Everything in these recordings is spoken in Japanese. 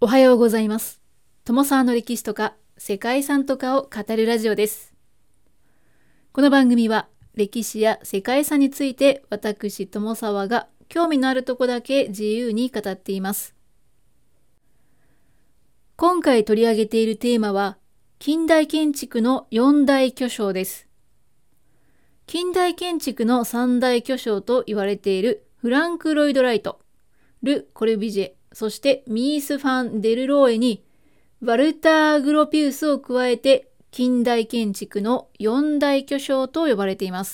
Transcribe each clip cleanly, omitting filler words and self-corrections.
おはようございます。友沢の歴史とか世界遺産とかを語るラジオです。この番組は歴史や世界遺産について私友沢が興味のあるとこだけ自由に語っています。今回取り上げているテーマは近代建築の4大巨匠です。近代建築の3大巨匠と言われているフランク・ロイド・ライト、ル・コルビュジェ、そしてミース・ファン・デルローエにワルター・グロピウスを加えて近代建築の4大巨匠と呼ばれています。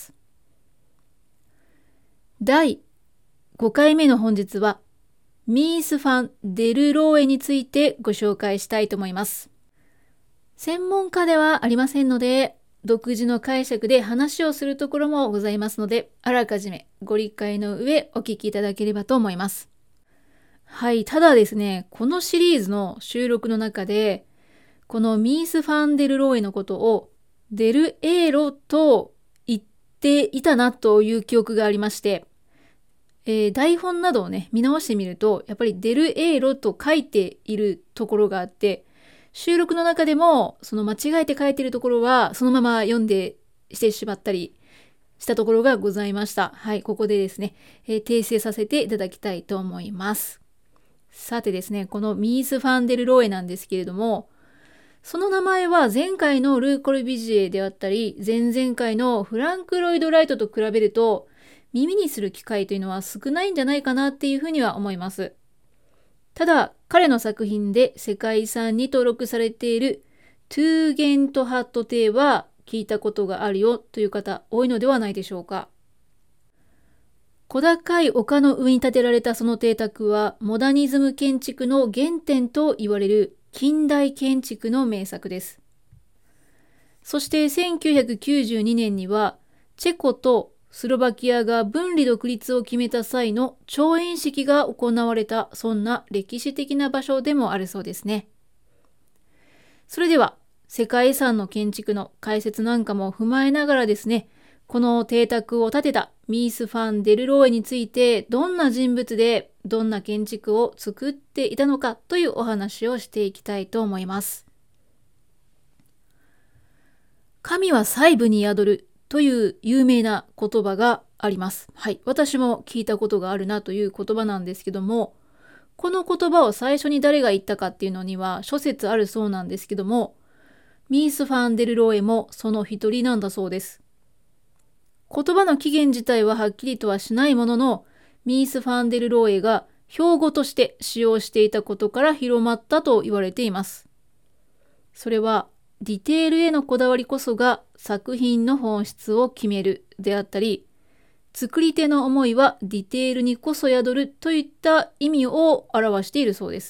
第5回目の本日はミース・ファン・デルローエについてご紹介したいと思います。専門家ではありませんので独自の解釈で話をするところもございますので、あらかじめご理解の上お聞きいただければと思います。はい、ただですね、このシリーズの収録の中で、このミース・ファン・デルローエのことをデルエーロと言っていたなという記憶がありまして、台本などをね、見直してみると、やっぱりデルエーロと書いているところがあって、収録の中でもその間違えて書いているところはそのまま読んでしてしまったりしたところがございました。はい、ここでですね、訂正させていただきたいと思います。さてですね、このミース・ファン・デル・ローエなんですけれども、その名前は前回のルー・コルビュジエであったり、前々回のフランク・ロイド・ライトと比べると、耳にする機会というのは少ないんじゃないかなっていうふうには思います。ただ、彼の作品で世界遺産に登録されているトゥーゲントハット邸は聞いたことがあるよという方多いのではないでしょうか。小高い丘の上に建てられたその邸宅はモダニズム建築の原点と言われる近代建築の名作です。そして1992年にはチェコとスロバキアが分離独立を決めた際の調印式が行われた、そんな歴史的な場所でもあるそうですね。それでは世界遺産の建築の解説なんかも踏まえながらですね、この邸宅を建てたミース・ファン・デルローエについてどんな人物でどんな建築を作っていたのかというお話をしていきたいと思います。神は細部に宿るという有名な言葉があります。はい、私も聞いたことがあるなという言葉なんですけども、この言葉を最初に誰が言ったかっていうのには諸説あるそうなんですけども、ミース・ファン・デルローエもその一人なんだそうです。言葉の起源自体ははっきりとはしないものの、ミース・ファン・デルローエが標語として使用していたことから広まったと言われています。それはディテールへのこだわりこそが作品の本質を決めるであったり、作り手の思いはディテールにこそ宿るといった意味を表しているそうです。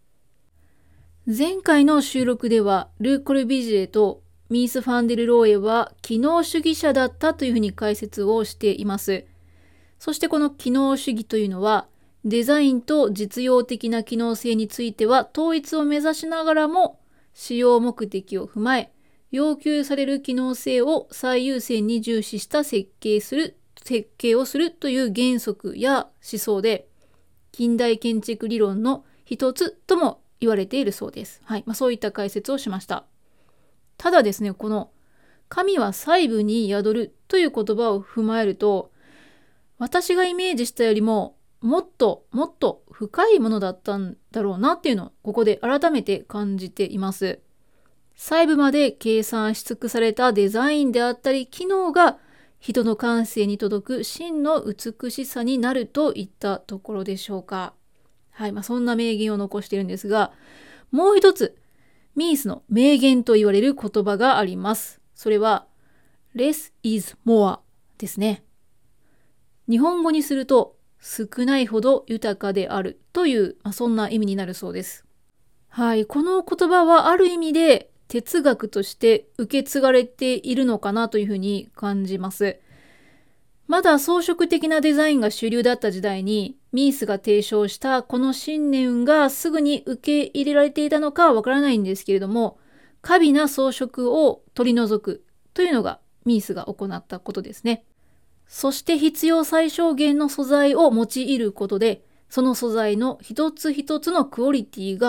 前回の収録ではルー・コルビュジエとミース・ファン・デル・ローエは機能主義者だったというふうに解説をしています。そしてこの機能主義というのはデザインと実用的な機能性については統一を目指しながらも使用目的を踏まえ要求される機能性を最優先に重視した設計をするという原則や思想で近代建築理論の一つとも言われているそうです。はい、そういった解説をしました。ただですね、この神は細部に宿るという言葉を踏まえると、私がイメージしたよりももっともっと深いものだったんだろうなっていうのをここで改めて感じています。細部まで計算し尽くされたデザインであったり機能が人の感性に届く真の美しさになるといったところでしょうか。はい、そんな名言を残しているんですが、もう一つミースの名言と言われる言葉があります。それは less is more ですね。日本語にすると少ないほど豊かであるという、そんな意味になるそうです。はい、この言葉はある意味で哲学として受け継がれているのかなというふうに感じます。まだ装飾的なデザインが主流だった時代にミースが提唱したこの信念がすぐに受け入れられていたのかはわからないんですけれども、華美な装飾を取り除くというのがミースが行ったことですね。そして必要最小限の素材を用いることで、その素材の一つ一つのクオリティが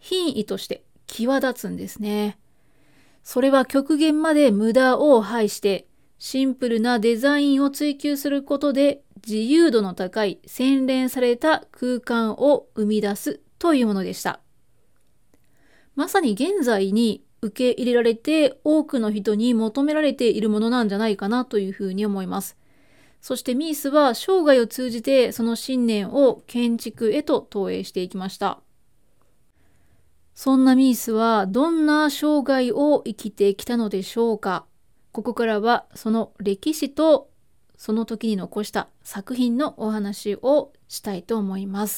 品位として際立つんですね。それは極限まで無駄を排してシンプルなデザインを追求することで自由度の高い洗練された空間を生み出すというものでした。まさに現在に受け入れられて多くの人に求められているものなんじゃないかなというふうに思います。そしてミースは生涯を通じてその信念を建築へと投影していきました。そんなミースはどんな生涯を生きてきたのでしょうか。ここからはその歴史とその時に残した作品のお話をしたいと思います。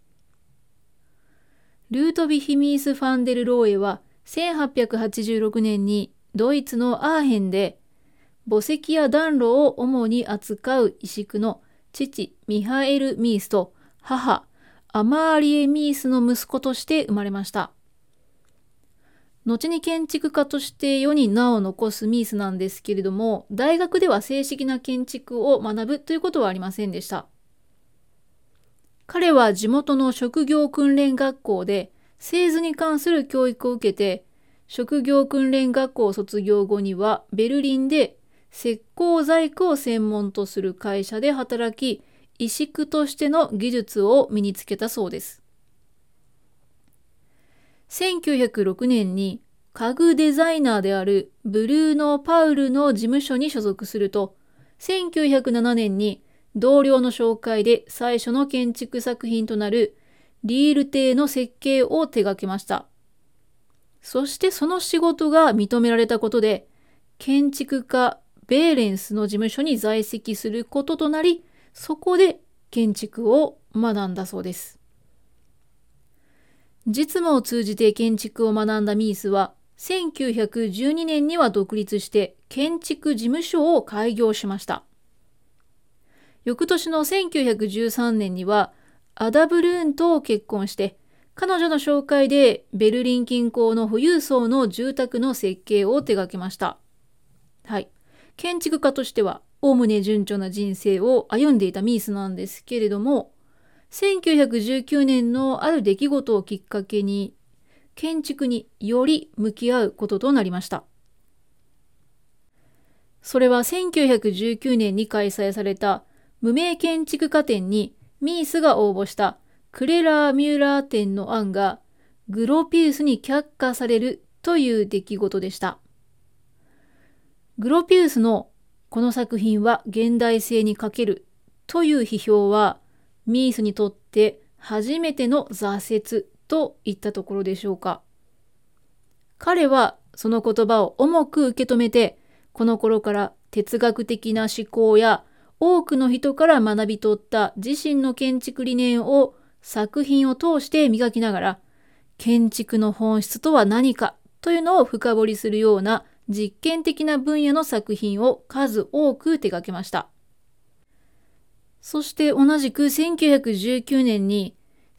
ルートヴィヒ・ミース・ファンデル・ローエは1886年にドイツのアーヘンで墓石や暖炉を主に扱う石工の父ミハエル・ミースと母アマーリエ・ミースの息子として生まれました。後に建築家として世に名を残すミースなんですけれども、大学では正式な建築を学ぶということはありませんでした。彼は地元の職業訓練学校で製図に関する教育を受けて、職業訓練学校を卒業後にはベルリンで石膏細工を専門とする会社で働き、石工としての技術を身につけたそうです。1906年に家具デザイナーであるブルーノ・パウルの事務所に所属すると、1907年に同僚の紹介で最初の建築作品となるリール邸の設計を手掛けました。そしてその仕事が認められたことで、建築家ベーレンスの事務所に在籍することとなり、そこで建築を学んだそうです。実務を通じて建築を学んだミースは、1912年には独立して建築事務所を開業しました。翌年の1913年にはアダ・ブルーンと結婚して、彼女の紹介でベルリン近郊の富裕層の住宅の設計を手掛けました。はい。建築家としてはおおむね順調な人生を歩んでいたミースなんですけれども、1919年のある出来事をきっかけに建築により向き合うこととなりました。それは1919年に開催された無名建築家展にミースが応募したクレラー・ミューラー展の案がグロピウスに却下されるという出来事でした。グロピウスのこの作品は現代性に欠けるという批評はミースにとって初めての挫折といったところでしょうか。彼はその言葉を重く受け止めて、この頃から哲学的な思考や多くの人から学び取った自身の建築理念を作品を通して磨きながら、建築の本質とは何かというのを深掘りするような実験的な分野の作品を数多く手掛けました。そして同じく1919年に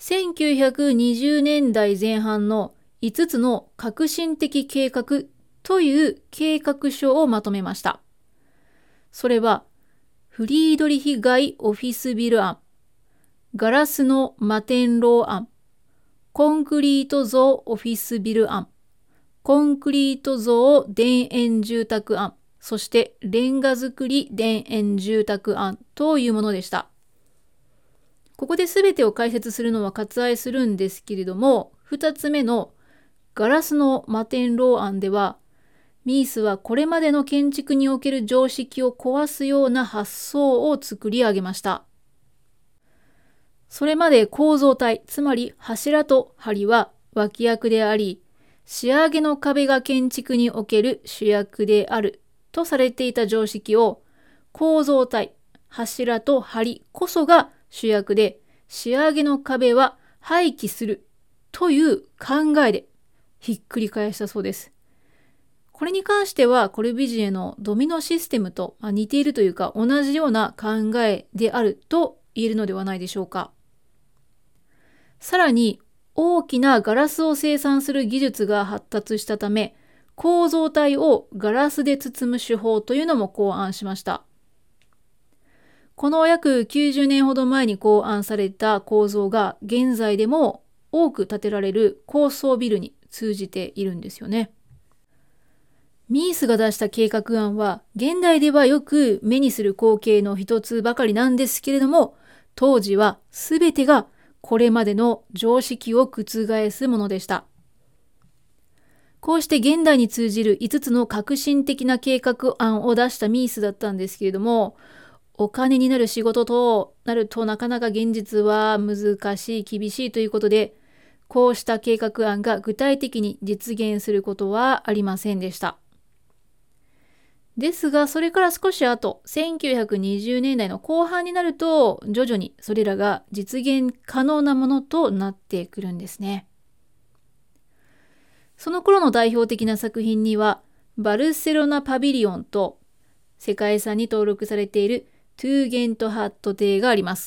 1920年代前半の5つの革新的計画という計画書をまとめました。それはフリードリヒ街オフィスビル案、ガラスの摩天楼案、コンクリート像オフィスビル案、コンクリート像田園住宅案、そしてレンガ造り田園住宅案というものでした。ここで全てを解説するのは割愛するんですけれども、2つ目のガラスの摩天楼案では、ミースはこれまでの建築における常識を壊すような発想を作り上げました。それまで構造体、つまり柱と梁は脇役であり、仕上げの壁が建築における主役であるとされていた常識を、構造体、柱と梁こそが主役で、仕上げの壁は廃棄するという考えでひっくり返したそうです。これに関してはコルビュジエのドミノシステムと似ているというか、同じような考えであると言えるのではないでしょうか。さらに大きなガラスを生産する技術が発達したため、構造体をガラスで包む手法というのも考案しました。この約90年ほど前に考案された構造が現在でも多く建てられる高層ビルに通じているんですよね。ミースが出した計画案は現代ではよく目にする光景の一つばかりなんですけれども、当時は全てがこれまでの常識を覆すものでした。こうして現代に通じる5つの革新的な計画案を出したミースだったんですけれども、お金になる仕事となるとなかなか現実は難しい、厳しいということで、こうした計画案が具体的に実現することはありませんでした。ですが、それから少し後、1920年代の後半になると、徐々にそれらが実現可能なものとなってくるんですね。その頃の代表的な作品には、バルセロナパビリオンと世界遺産に登録されているトゥーゲントハット邸があります。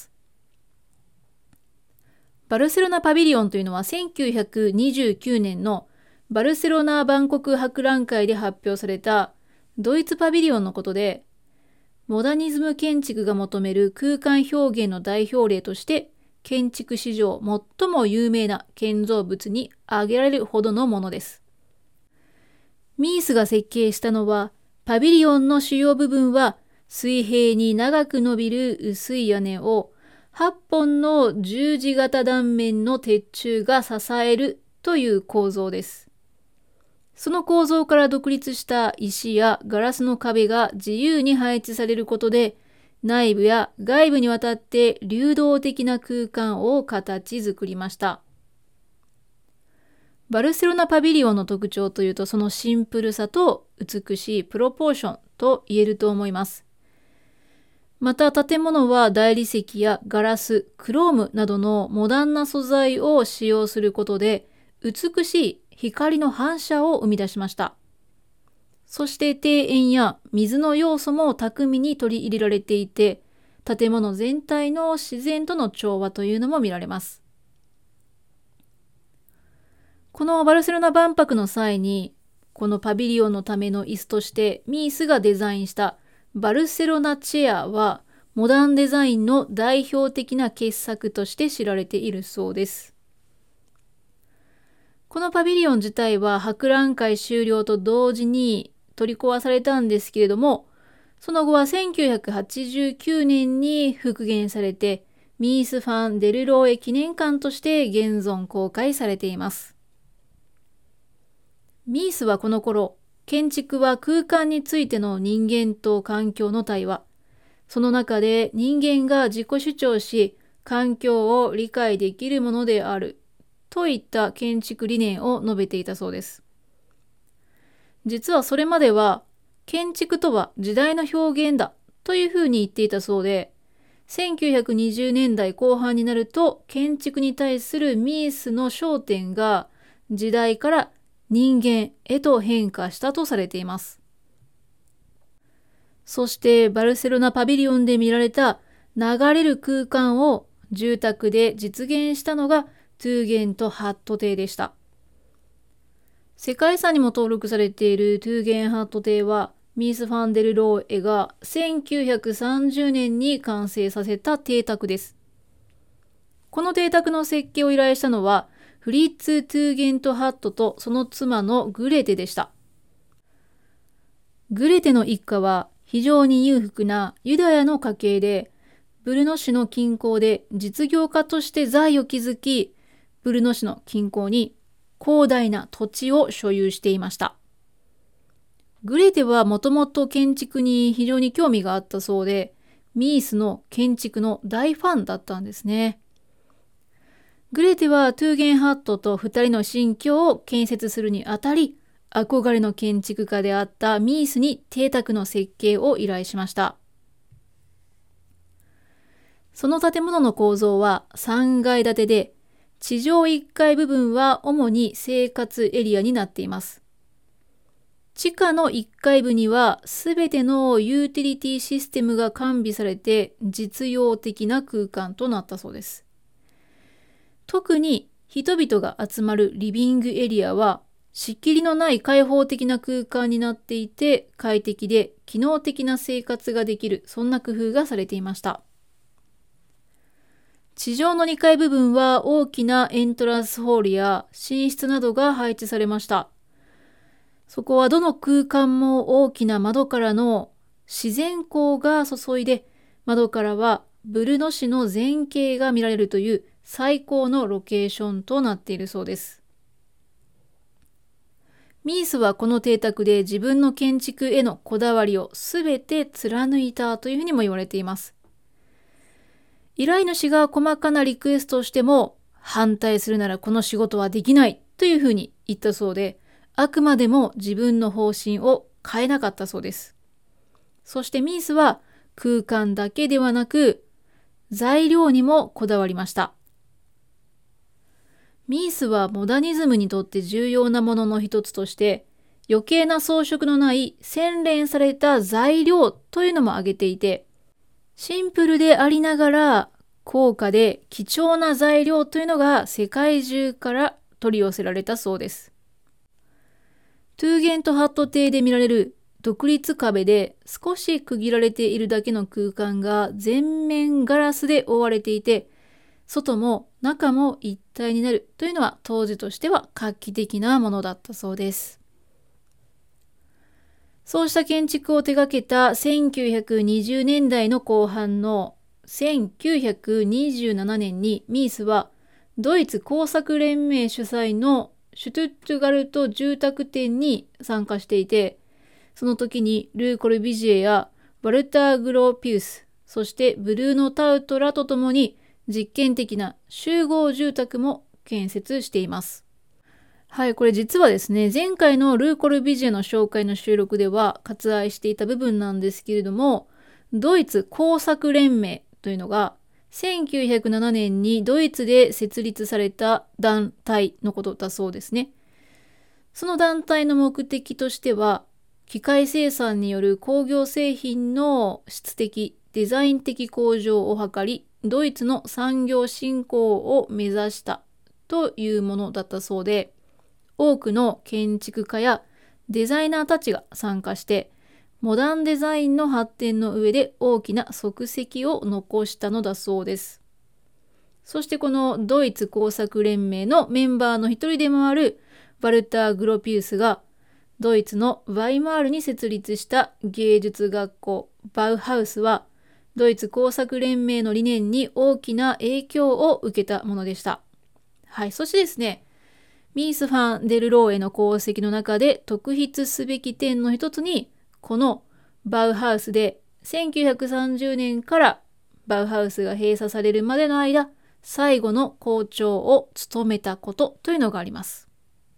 バルセロナパビリオンというのは1929年のバルセロナ万国博覧会で発表されたドイツパビリオンのことで、モダニズム建築が求める空間表現の代表例として建築史上最も有名な建造物に挙げられるほどのものです。ミースが設計したのは、パビリオンの主要部分は水平に長く伸びる薄い屋根を8本の十字型断面の鉄柱が支えるという構造です。その構造から独立した石やガラスの壁が自由に配置されることで、内部や外部にわたって流動的な空間を形作りました。バルセロナパビリオンの特徴というと、そのシンプルさと美しいプロポーションと言えると思います。また建物は大理石やガラス、クロームなどのモダンな素材を使用することで、美しい光の反射を生み出しました。そして庭園や水の要素も巧みに取り入れられていて、建物全体の自然との調和というのも見られます。このバルセロナ万博の際に、このパビリオンのための椅子としてミースがデザインしたバルセロナチェアは、モダンデザインの代表的な傑作として知られているそうです。このパビリオン自体は博覧会終了と同時に取り壊されたんですけれども、その後は1989年に復元されて、ミース・ファン・デルローエ記念館として現存公開されています。ミースはこの頃、建築は空間についての人間と環境の対話、その中で人間が自己主張し、環境を理解できるものであるといった建築理念を述べていたそうです。実はそれまでは、建築とは時代の表現だというふうに言っていたそうで、1920年代後半になると建築に対するミースの焦点が時代から人間へと変化したとされています。そしてバルセロナパビリオンで見られた流れる空間を住宅で実現したのがトゥーゲントハット邸でした。世界遺産にも登録されているトゥーゲンハット邸はミース・ファンデルローエが1930年に完成させた邸宅です。この邸宅の設計を依頼したのはフリッツ・トゥーゲントハットとその妻のグレテでした。グレテの一家は非常に裕福なユダヤの家系で、ブルノ市の近郊で実業家として財を築き、ブルノ市の近郊に広大な土地を所有していました。グレテはもともと建築に非常に興味があったそうで、ミースの建築の大ファンだったんですね。グレテはトゥーゲンハットと2人の新居を建設するにあたり、憧れの建築家であったミースに邸宅の設計を依頼しました。その建物の構造は3階建てで、地上1階部分は主に生活エリアになっています。地下の1階部にはすべてのユーティリティシステムが完備されて実用的な空間となったそうです。特に人々が集まるリビングエリアは仕切りのない開放的な空間になっていて快適で機能的な生活ができる、そんな工夫がされていました。 地上の2階部分は大きなエントランスホールや寝室などが配置されました。そこはどの空間も大きな窓からの自然光が注いで、窓からはブルノ市の全景が見られるという最高のロケーションとなっているそうです。ミースはこの邸宅で自分の建築へのこだわりをすべて貫いたというふうにも言われています。依頼主が細かなリクエストをしても、反対するならこの仕事はできないというふうに言ったそうで、あくまでも自分の方針を変えなかったそうです。そしてミースは空間だけではなく、材料にもこだわりました。ミースはモダニズムにとって重要なものの一つとして、余計な装飾のない洗練された材料というのも挙げていて、シンプルでありながら高価で貴重な材料というのが世界中から取り寄せられたそうです。トゥーゲントハット邸で見られる独立壁で少し区切られているだけの空間が全面ガラスで覆われていて、外も中も一体になるというのは当時としては画期的なものだったそうです。そうした建築を手掛けた1920年代の後半の1927年にミースはドイツ工作連盟主催のシュトゥットガルト住宅展に参加していて、その時にルー・コルビジエやワルター・グローピウス、そしてブルーノ・タウトらとともに実験的な集合住宅も建設しています。はい、これ実はですね、前回のルー・コルビジエの紹介の収録では割愛していた部分なんですけれども、ドイツ工作連盟というのが1907年にドイツで設立された団体のことだそうですね。その団体の目的としては、機械生産による工業製品の質的、デザイン的向上を図り、ドイツの産業振興を目指したというものだったそうで、多くの建築家やデザイナーたちが参加して、モダンデザインの発展の上で大きな足跡を残したのだそうです。そしてこのドイツ工作連盟のメンバーの一人でもあるワルター・グロピウスがドイツのワイマールに設立した芸術学校バウハウスはドイツ工作連盟の理念に大きな影響を受けたものでした。はい、そしてですね、ミース・ファン・デルローエの功績の中で特筆すべき点の一つに、このバウハウスで1930年からバウハウスが閉鎖されるまでの間、最後の校長を務めたことというのがあります。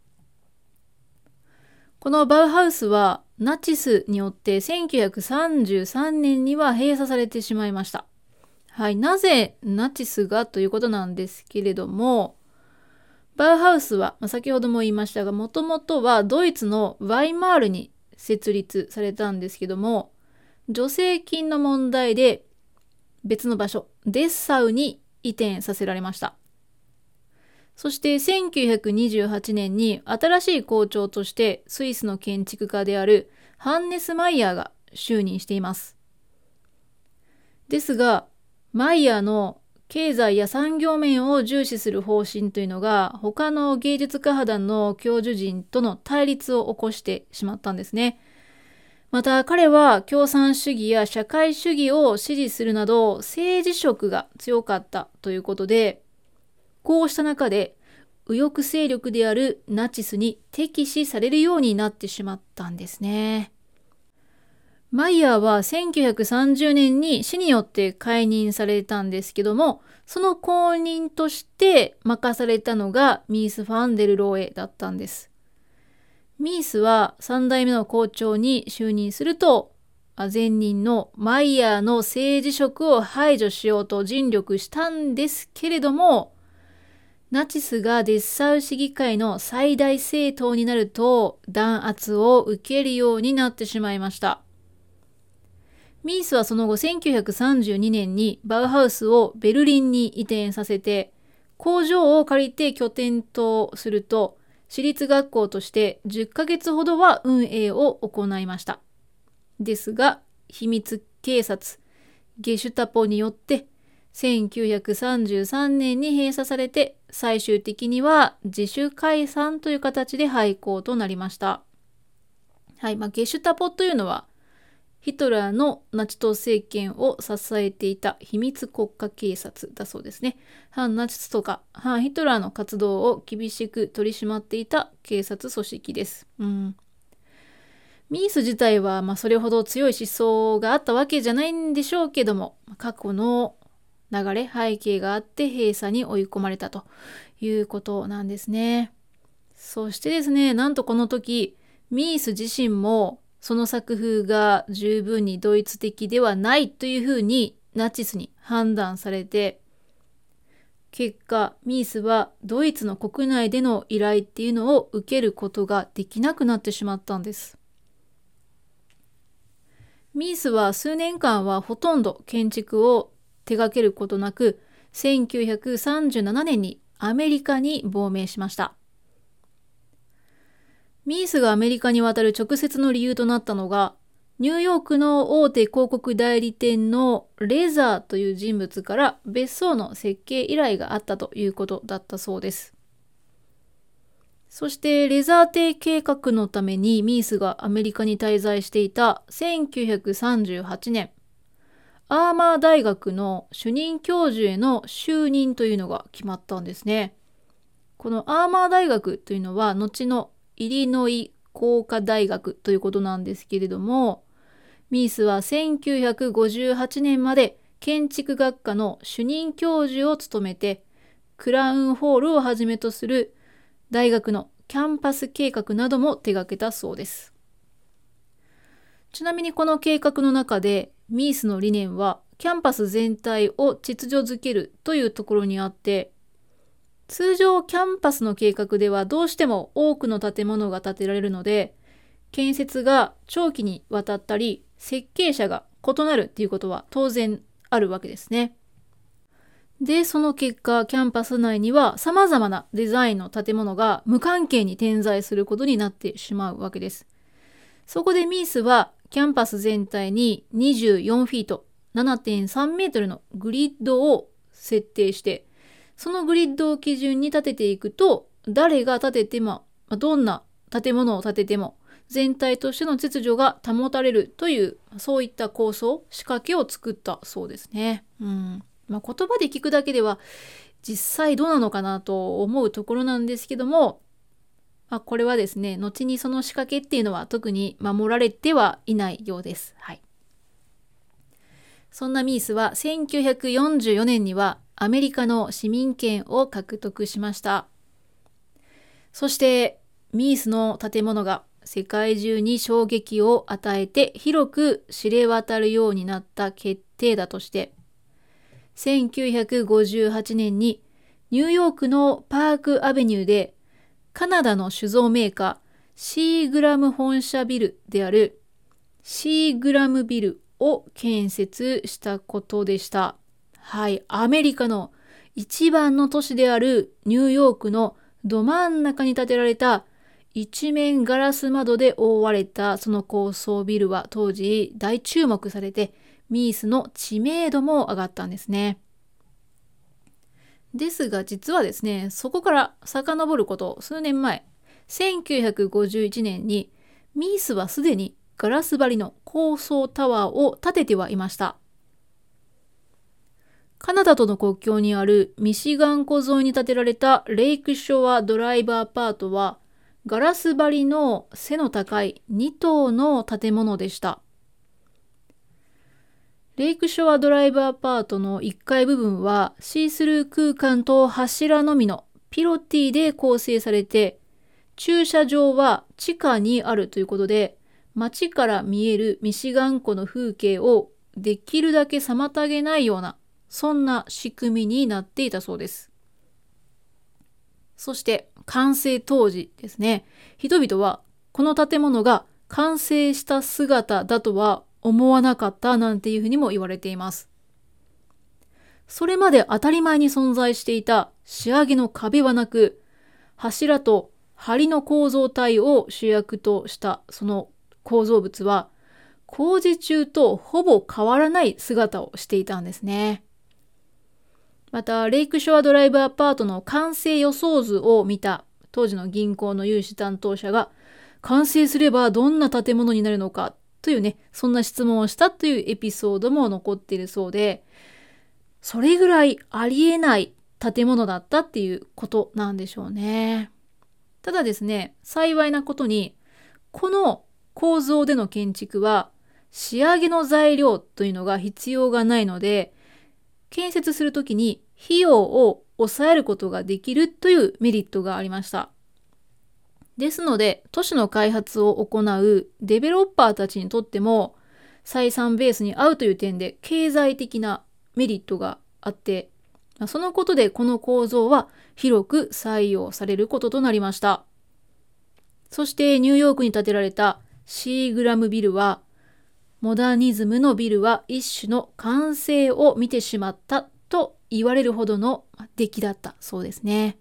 このバウハウスはナチスによって1933年には閉鎖されてしまいました。はい、なぜナチスがということなんですけれども、バウハウスは先ほども言いましたが、もともとはドイツのワイマールに設立されたんですけども、助成金の問題で別の場所、デッサウに移転させられました。そして1928年に新しい校長としてスイスの建築家であるハンネス・マイヤーが就任しています。ですが、マイヤーの経済や産業面を重視する方針というのが他の芸術家派団の教授陣との対立を起こしてしまったんですね。また彼は共産主義や社会主義を支持するなど政治色が強かったということで、こうした中で右翼勢力であるナチスに敵視されるようになってしまったんですね。マイヤーは1930年に死によって解任されたんですけども、その後任として任されたのがミース・ファンデルローエだったんです。ミースは3代目の校長に就任すると、前任のマイヤーの政治色を排除しようと尽力したんですけれども、ナチスがデッサウ市議会の最大政党になると弾圧を受けるようになってしまいました。ミースはその後1932年にバウハウスをベルリンに移転させて、工場を借りて拠点とすると、私立学校として10ヶ月ほどは運営を行いました。ですが、秘密警察、ゲシュタポによって 1933年に閉鎖されて、最終的には自主解散という形で廃校となりました。はい、ゲシュタポというのは、ヒトラーのナチ党政権を支えていた秘密国家警察だそうですね。反ナチスとか反ヒトラーの活動を厳しく取り締まっていた警察組織です。ミース自体はそれほど強い思想があったわけじゃないんでしょうけども、過去の流れ背景があって閉鎖に追い込まれたということなんですね。そしてですね、なんとこの時ミース自身もその作風が十分にドイツ的ではないというふうにナチスに判断されて、結果ミースはドイツの国内での依頼っていうのを受けることができなくなってしまったんです。ミースは数年間はほとんど建築を手掛けることなく、1937年にアメリカに亡命しました。ミースがアメリカに渡る直接の理由となったのが、ニューヨークの大手広告代理店のレザーという人物から別荘の設計依頼があったということだったそうです。そしてレザー邸計画のためにミースがアメリカに滞在していた1938年、アーマー大学の主任教授への就任というのが決まったんですね。このアーマー大学というのは後のイリノイ工科大学ということなんですけれども、ミースは1958年まで建築学科の主任教授を務めて、クラウンホールをはじめとする大学のキャンパス計画なども手掛けたそうです。ちなみにこの計画の中でミースの理念はキャンパス全体を秩序づけるというところにあって、通常キャンパスの計画ではどうしても多くの建物が建てられるので、建設が長期にわたったり設計者が異なるっていうことは当然あるわけですね。で、その結果、キャンパス内には様々なデザインの建物が無関係に点在することになってしまうわけです。そこでミースはキャンパス全体に24フィート、7.3 メートルのグリッドを設定して、そのグリッドを基準に建てていくと、誰が建てても、どんな建物を建てても、全体としての秩序が保たれるという、そういった構想、仕掛けを作ったそうですね。言葉で聞くだけでは実際どうなのかなと思うところなんですけども、これはですね、後にその仕掛けっていうのは特に守られてはいないようです。そんなミースは1944年にはアメリカの市民権を獲得しました。そしてミースの建物が世界中に衝撃を与えて広く知れ渡るようになった決定打として、1958年にニューヨークのパークアベニューでカナダの酒造メーカーシーグラム本社ビルであるシーグラムビルを建設したことでした。アメリカの一番の都市であるニューヨークのど真ん中に建てられた一面ガラス窓で覆われたその高層ビルは当時大注目されて、ミースの知名度も上がったんですね。ですが実はですね、そこから遡ること数年前、1951年にミースはすでにガラス張りの高層タワーを建ててはいました。カナダとの国境にあるミシガン湖沿いに建てられたレイクショアドライブアパートはガラス張りの背の高い2棟の建物でした。レイクショアドライブアパートの1階部分はシースルー空間と柱のみのピロティで構成されて、駐車場は地下にあるということで、街から見えるミシガン湖の風景をできるだけ妨げないような、そんな仕組みになっていたそうです。そして完成当時ですね、人々はこの建物が完成した姿だとは思わなかったなんていうふうにも言われています。それまで当たり前に存在していた仕上げの壁はなく、柱と梁の構造体を主役としたその構造物は工事中とほぼ変わらない姿をしていたんですね。 また、レイクショアドライブアパートの完成予想図を見た当時の銀行の融資担当者が、完成すればどんな建物になるのかというね、そんな質問をしたというエピソードも残っているそうで、それぐらいありえない建物だったっていうことなんでしょうね。ただですね、幸いなことに、この構造での建築は仕上げの材料というのが必要がないので、建設するときに費用を抑えることができるというメリットがありました。ですので、都市の開発を行うデベロッパーたちにとっても、採算ベースに合うという点で経済的なメリットがあって、そのことでこの構造は広く採用されることとなりました。そしてニューヨークに建てられたシーグラムビルは、モダニズムのビルは一種の完成を見てしまったと言われるほどの出来だったそうですね。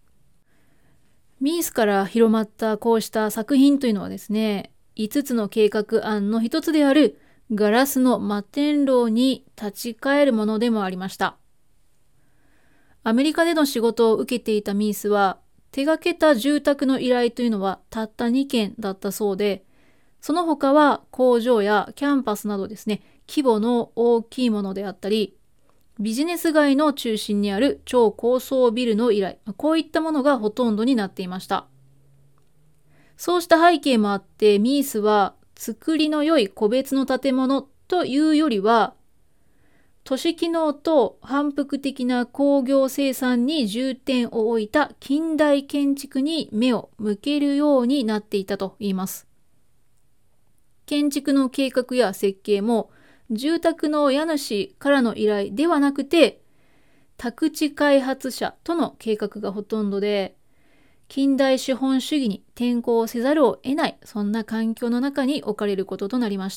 ミースから広まったこうした作品というのはですね、5つの計画案の一つであるガラスの摩天楼に立ち返るものでもありました。アメリカでの仕事を受けていたミースは、手掛けた住宅の依頼というのはたった2件だったそうで、その他は工場やキャンパスなどですね、規模の大きいものであったり、ビジネス街の中心にある超高層ビルの依頼、こういったものがほとんどになっていました。そうした背景もあって、ミースは作りの良い個別の建物というよりは、都市機能と反復的な工業生産に重点を置いた近代建築に目を向けるようになっていたといいます。建築の計画や設計も住宅の家主からの依頼ではなくて、宅地開発者との計画がほとんどで、近代資本主義に転向せざるを得ない、そんな環境の中に置かれることとなりました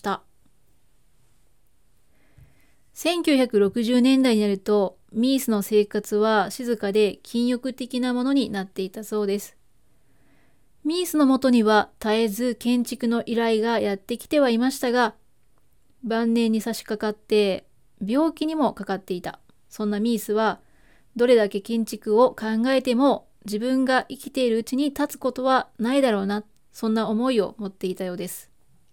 。1960年代になると、ミースの生活は静かで禁欲的なものになっていたそうです。ミースのもとには絶えず建築の依頼がやってきてはいましたが、晩年に差し掛かって病気にもかかっていた。そんなミースは、どれだけ建築を考えても自分が生きているうちに立つことはないだろうな、そんな思いを持っていたようです。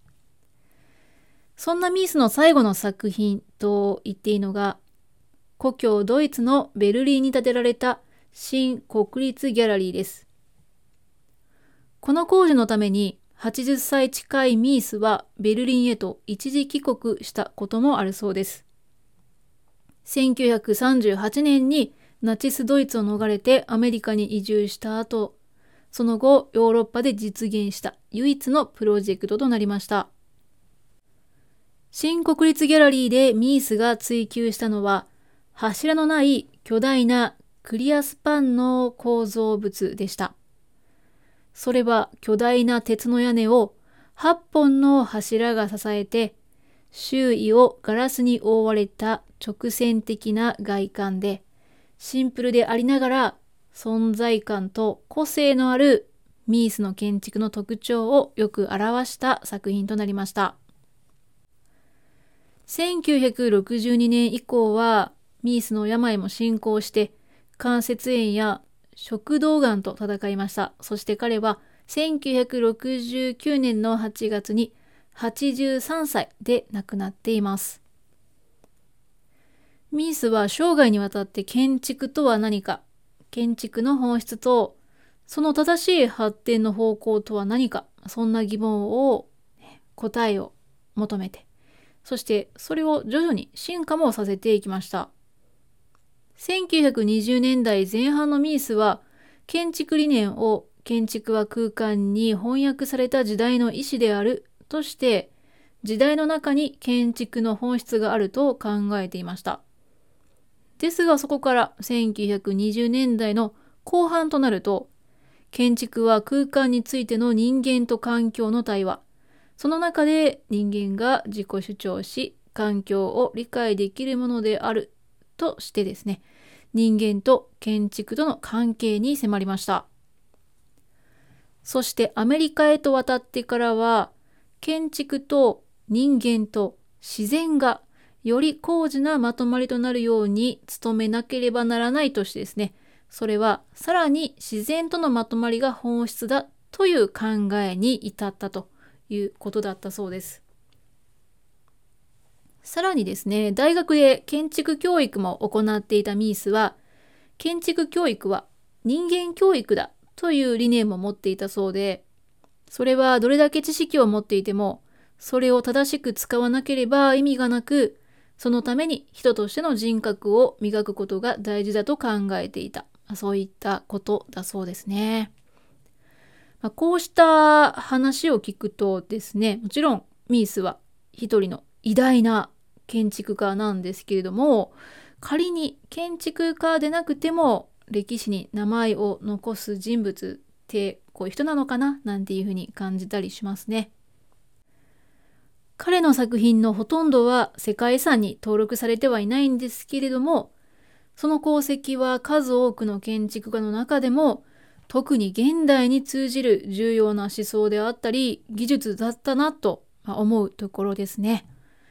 そんなミースの最後の作品と言っていいのが、故郷ドイツのベルリンに建てられた新国立ギャラリーです。この工事のために80歳近いミースはベルリンへと一時帰国したこともあるそうです。1938年にナチスドイツを逃れてアメリカに移住した後、その後ヨーロッパで実現した唯一のプロジェクトとなりました。新国立ギャラリーでミースが追求したのは、柱のない巨大なクリアスパンの構造物でした。それは巨大な鉄の屋根を8本の柱が支えて、周囲をガラスに覆われた直線的な外観で、シンプルでありながら存在感と個性のあるミースの建築の特徴をよく表した作品となりました。1962年以降はミースの病も進行して関節炎や食道がんと戦いました。そして彼は1969年の8月に83歳で亡くなっています。ミースは生涯にわたって建築とは何か、建築の本質とその正しい発展の方向とは何か、そんな疑問を答えを求めて、そしてそれを徐々に進化もさせていきました。1920年代前半のミースは建築理念を建築は空間に翻訳された時代の意思であるとして、時代の中に建築の本質があると考えていました。ですがそこから1920年代の後半となると、建築は空間についての人間と環境の対話、その中で人間が自己主張し、環境を理解できるものであるとしてですね、人間と建築との関係に迫りました。そしてアメリカへと渡ってからは、建築と人間と自然がより高次なまとまりとなるように努めなければならないとしてですね、それはさらに自然とのまとまりが本質だという考えに至ったということだったそうです。さらにですね、大学で建築教育も行っていたミースは、建築教育は人間教育だという理念も持っていたそうで、それはどれだけ知識を持っていても、それを正しく使わなければ意味がなく、そのために人としての人格を磨くことが大事だと考えていた。そういったことだそうですね。こうした話を聞くとですね、もちろんミースは一人の偉大な建築家なんですけれども、仮に建築家でなくても歴史に名前を残す人物ってこういう人なのかななんていうふうに感じたりしますね。彼の作品のほとんどは世界遺産に登録されてはいないんですけれども、その功績は数多くの建築家の中でも特に現代に通じる重要な思想であったり技術だったなと思うところですね。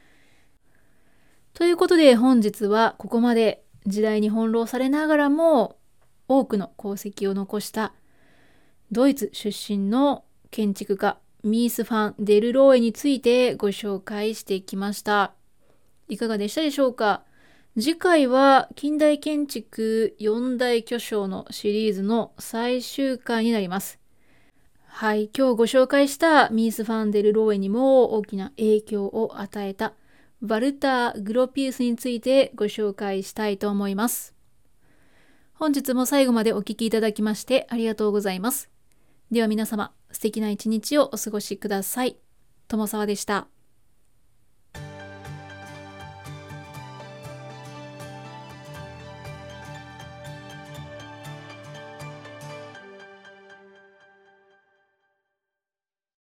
ということで本日はここまで時代に翻弄されながらも多くの功績を残したドイツ出身の建築家ミース・ファン・デルローエについてご紹介してきました。いかがでしたでしょうか。次回は近代建築4大巨匠のシリーズの最終回になります。はい、今日ご紹介したミース・ファン・デル・ローエにも大きな影響を与えたヴァルター・グロピウスについてご紹介したいと思います。本日も最後までお聞きいただきましてありがとうございます。では皆様、素敵な一日をお過ごしください。友沢でした。